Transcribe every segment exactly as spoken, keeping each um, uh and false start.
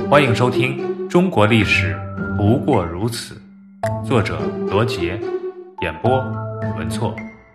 欢迎收听《中国历史不过如此》，作者罗杰，演播文措。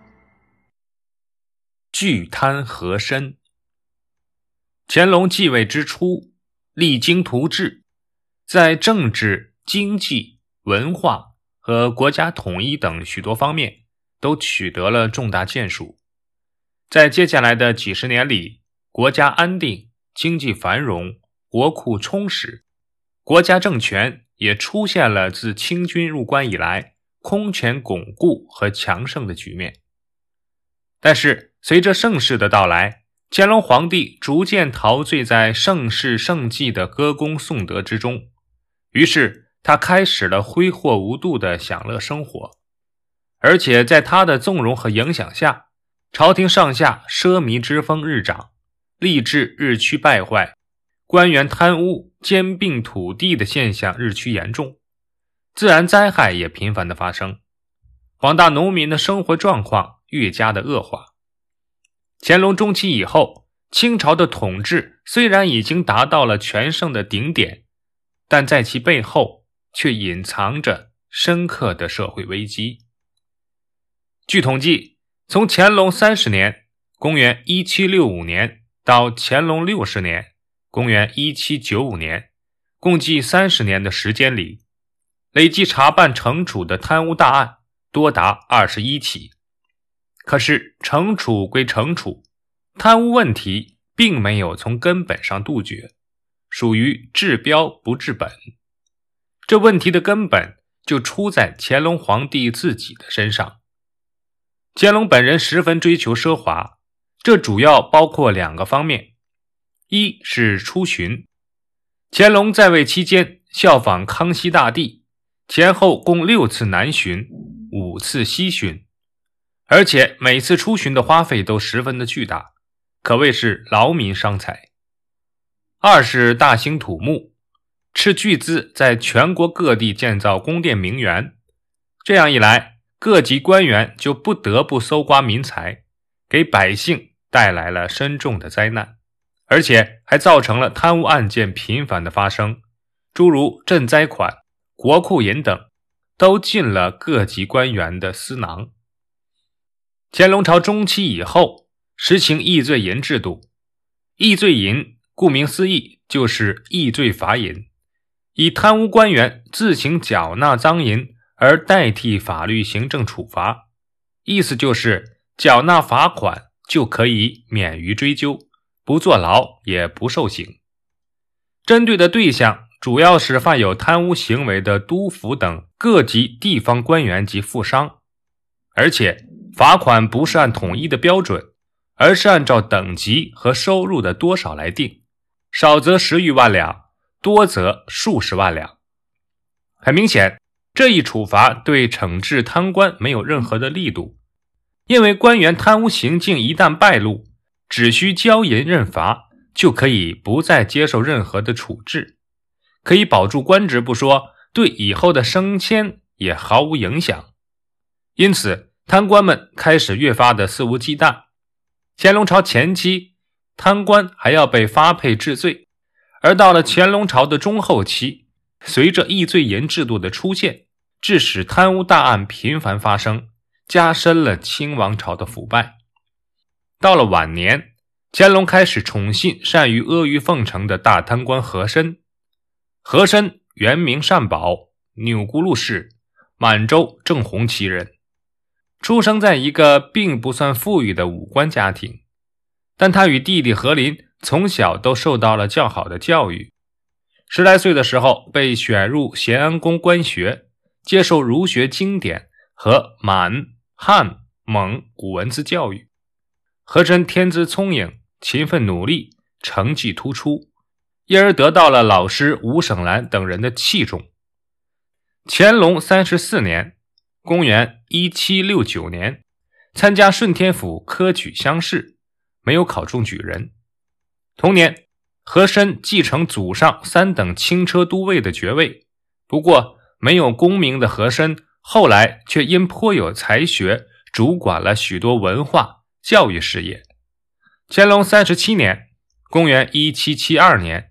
巨贪和珅。乾隆继位之初，励精图治，在政治、经济、文化和国家统一等许多方面都取得了重大建树。在接下来的几十年里，国家安定，经济繁荣，国库充实，国家政权也出现了自清军入关以来空前巩固和强盛的局面。但是随着盛世的到来，乾隆皇帝逐渐陶醉在盛世盛绩的歌功颂德之中，于是他开始了挥霍无度的享乐生活。而且在他的纵容和影响下，朝廷上下奢靡之风日长，吏治日趋败坏，官员贪污兼并土地的现象日趋严重，自然灾害也频繁的发生，广大农民的生活状况越加的恶化。乾隆中期以后，清朝的统治虽然已经达到了全盛的顶点，但在其背后却隐藏着深刻的社会危机。据统计，从乾隆三十年公元一七六五年到乾隆六十年公元一七九五年，共计三十年的时间里，累计查办惩处的贪污大案多达二十一起。可是惩处归惩处，贪污问题并没有从根本上杜绝，属于治标不治本。这问题的根本就出在乾隆皇帝自己的身上。乾隆本人十分追求奢华，这主要包括两个方面。一是出巡。乾隆在位期间效仿康熙大帝，前后共六次南巡，五次西巡，而且每次出巡的花费都十分的巨大，可谓是劳民伤财。二是大兴土木，斥巨资在全国各地建造宫殿名园，这样一来，各级官员就不得不搜刮民财，给百姓带来了深重的灾难，而且还造成了贪污案件频繁的发生，诸如赈灾款、国库银等都进了各级官员的私囊。乾隆朝中期以后，实行议罪银制度。议罪银顾名思义就是议罪罚银，以贪污官员自行缴纳赃银而代替法律行政处罚，意思就是缴纳罚款就可以免于追究，不坐牢也不受刑。针对的对象主要是犯有贪污行为的督府等各级地方官员及富商，而且罚款不是按统一的标准，而是按照等级和收入的多少来定，少则十余万两，多则数十万两。很明显，这一处罚对惩治贪官没有任何的力度，因为官员贪污行径一旦败露，只需交银认罚，就可以不再接受任何的处置，可以保住官职不说，对以后的升迁也毫无影响。因此贪官们开始越发的肆无忌惮。乾隆朝前期，贪官还要被发配治罪，而到了乾隆朝的中后期，随着议罪银制度的出现，致使贪污大案频繁发生，加深了清王朝的腐败。到了晚年，乾隆开始宠信善于阿谀奉承的大贪官和珅。和珅原名善宝，钮钴禄氏，满洲正红旗人，出生在一个并不算富裕的武官家庭，但他与弟弟和林从小都受到了较好的教育。十来岁的时候被选入咸安宫官学，接受儒学经典和满、汉、蒙古文字教育。和珅天资聪颖，勤奋努力，成绩突出，因而得到了老师吴省兰等人的器重。乾隆三十四年公元一七六九年，参加顺天府科举乡试，没有考中举人。同年，和珅继承祖上三等轻车都尉的爵位，不过没有功名的和珅后来却因颇有才学，主管了许多文化教育事业。乾隆三十七年公元一七七二年，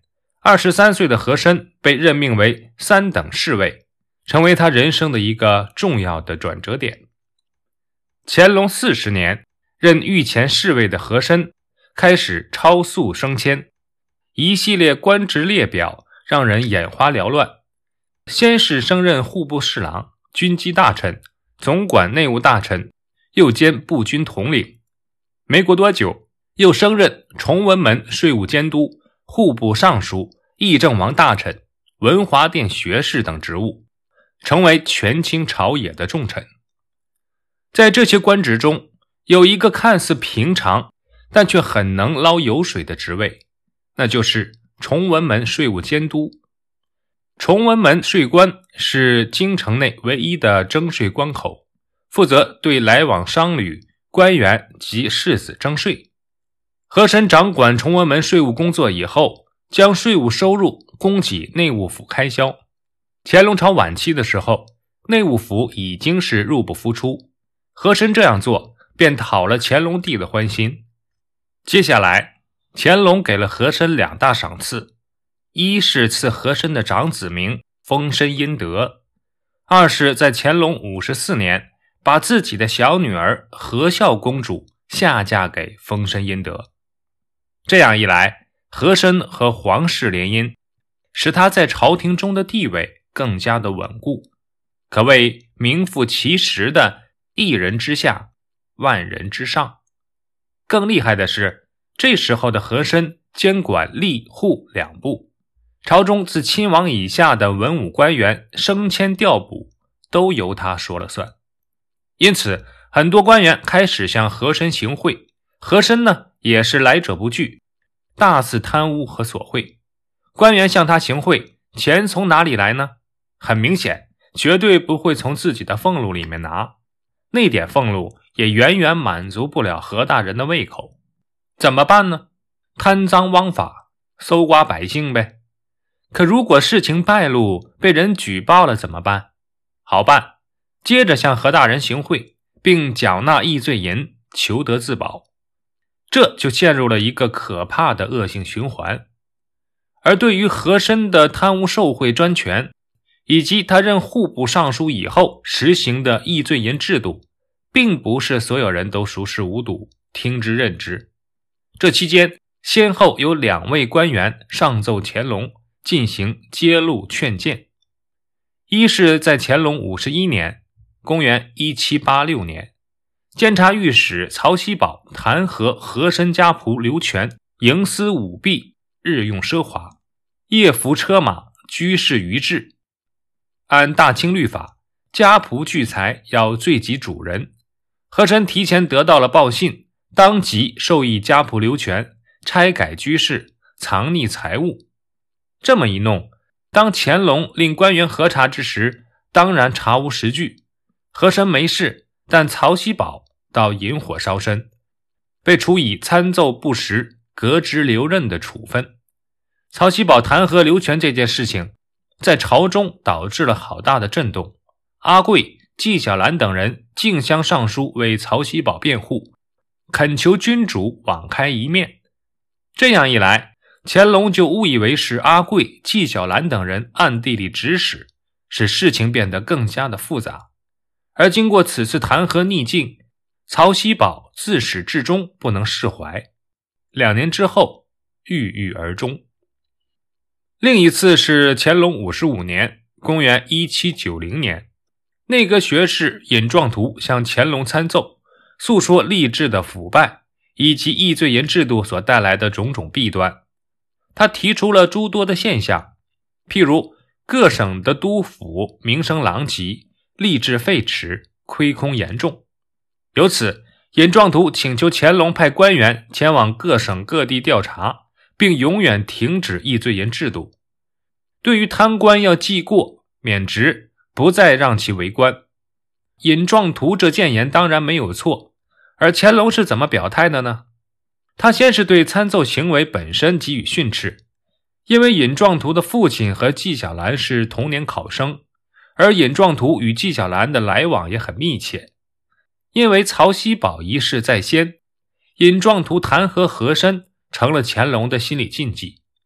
二十三岁的和珅被任命为三等侍卫，成为他人生的一个重要的转折点。乾隆四十年，任御前侍卫的和珅开始超速升迁，一系列官职列表让人眼花缭乱。先是升任户部侍郎、军机大臣、总管内务大臣，又兼步军统领。没过多久，又升任崇文门税务监督、户部尚书、议政王大臣、文华殿学士等职务，成为权倾朝野的重臣。在这些官职中，有一个看似平常但却很能捞油水的职位，那就是崇文门税务监督。崇文门税关是京城内唯一的征税关口，负责对来往商旅、官员及士子征税。和珅掌管崇文门税务工作以后，将税务收入供给内务府开销。乾隆朝晚期的时候，内务府已经是入不敷出，和珅这样做便讨了乾隆帝的欢心。接下来，乾隆给了和珅两大赏赐，一是赐和珅的长子名丰绅殷德，二是在乾隆五十四年把自己的小女儿和孝公主下嫁给丰绅殷德。这样一来，和珅和皇室联姻，使他在朝廷中的地位更加的稳固，可谓名副其实的一人之下，万人之上。更厉害的是，这时候的和珅监管吏户两部，朝中自亲王以下的文武官员升迁调补都由他说了算。因此很多官员开始向和珅行贿，和珅呢也是来者不拒，大肆贪污和索贿。官员向他行贿，钱从哪里来呢？很明显，绝对不会从自己的俸禄里面拿，那点俸禄也远远满足不了和大人的胃口。怎么办呢？贪赃枉法，搜刮百姓呗。可如果事情败露，被人举报了怎么办？好办，接着向和大人行贿，并缴纳易罪银，求得自保。这就陷入了一个可怕的恶性循环。而对于和珅的贪污受贿专权，以及他任户部尚书以后实行的易罪银制度，并不是所有人都熟视无睹，听之任之。这期间，先后有两位官员上奏乾隆，进行揭露劝谏。一是在乾隆五十一年，公元一七八六年，监察御史曹锡宝弹劾和珅家仆刘全营私舞弊，日用奢华，夜服车马，居士于制。按大清律法，家仆聚财要罪及主人。和珅提前得到了报信，当即授意家仆刘全拆改居室，藏匿财物。这么一弄，当乾隆令官员核查之时，当然查无实据。和珅没事，但曹锡宝倒引火烧身，被处以参奏不实、革职留任的处分。曹锡宝弹劾刘全这件事情，在朝中导致了好大的震动。阿贵、纪晓岚等人竞相上书为曹锡宝辩护，恳求君主网开一面。这样一来，乾隆就误以为是阿贵、纪晓岚等人暗地里指使，使事情变得更加的复杂。而经过此次弹劾逆境，曹锡宝自始至终不能释怀，两年之后郁郁而终。另一次是乾隆五十五年，公元一七九零年，内阁学士尹壮图向乾隆参奏，诉说吏治的腐败以及易罪银制度所带来的种种弊端。他提出了诸多的现象，譬如各省的督府名声狼藉，吏治废弛，亏空严重。由此，尹壮图请求乾隆派官员前往各省各地调查，并永远停止易罪银制度。对于贪官要记过免职，不再让其为官。尹壮图这谏言当然没有错，而乾隆是怎么表态的呢？他先是对参奏行为本身给予训斥，因为尹壮图的父亲和纪晓岚是同年考生，而尹壮图与纪晓岚的来往也很密切。因为曹锡宝一事在先，尹壮图弹劾和珅成了乾隆的心理禁忌。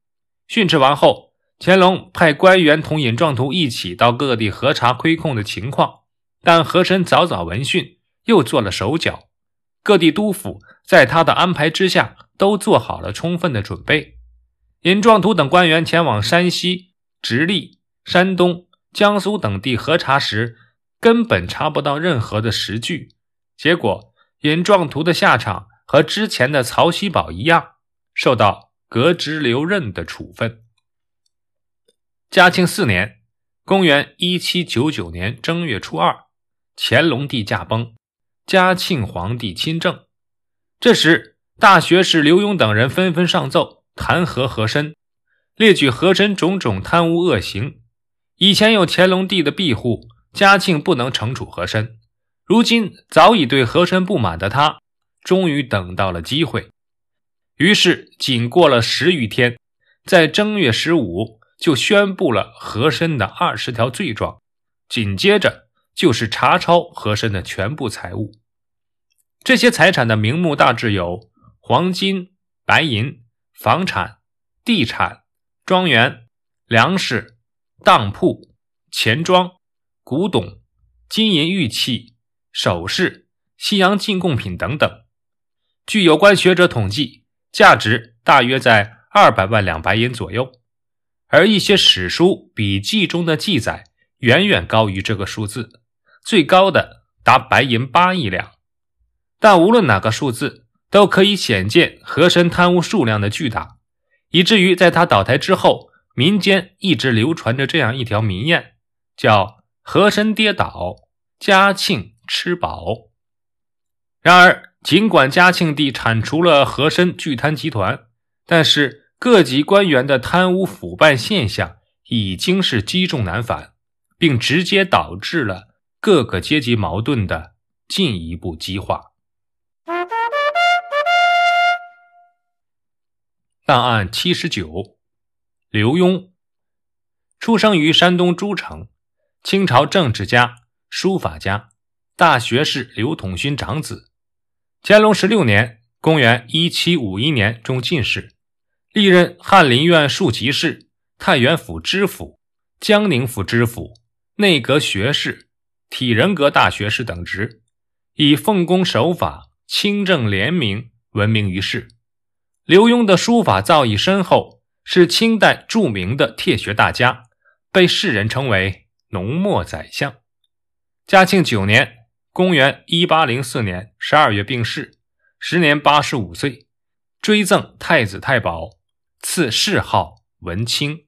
训斥完后，乾隆派官员同尹壮图一起到各地核查亏空的情况，但和珅早早闻讯，又做了手脚。各地督府在他的安排之下，都做好了充分的准备。尹壮图等官员前往山西、直隶、山东、江苏等地核查时，根本查不到任何的实据。结果尹壮图的下场和之前的曹锡宝一样，受到革职留任的处分。嘉庆四年，公元一七九九年正月初二，乾隆帝驾崩，嘉庆皇帝亲政。这时大学士刘墉等人纷纷上奏弹劾和珅，列举和珅种种贪污恶行。以前有乾隆帝的庇护，嘉庆不能惩处和珅，如今早已对和珅不满的他，终于等到了机会。于是仅过了十余天，在正月十五就宣布了和珅的二十条罪状，紧接着就是查抄和珅的全部财物。这些财产的名目大致有黄金、白银、房产、地产、庄园、粮食、当铺、钱庄、古董、金银玉器、首饰、西洋进贡品等等。据有关学者统计，价值大约在二百万两白银左右，而一些史书笔记中的记载远远高于这个数字，最高的达白银八亿两。但无论哪个数字，都可以显见和珅贪污数量的巨大，以至于在他倒台之后，民间一直流传着这样一条民谚，叫和珅跌倒，嘉庆吃饱。然而尽管嘉庆帝铲除了和珅巨贪集团，但是各级官员的贪污腐败现象已经是积重难返，并直接导致了各个阶级矛盾的进一步激化。档案七十九，刘墉，出生于山东诸城，清朝政治家、书法家，大学士刘统勋长子。乾隆十六年，公元一七五一年中进士，历任翰林院庶吉士、太原府知府、江宁府知府、内阁学士、体仁阁大学士等职，以奉公守法、清正廉明闻名于世。刘墉的书法造诣深厚，是清代著名的帖学大家，被世人称为浓墨宰相。嘉庆九年，公元一八零四年十二月病逝，时年八十五岁，追赠太子太保，赐谥号文清。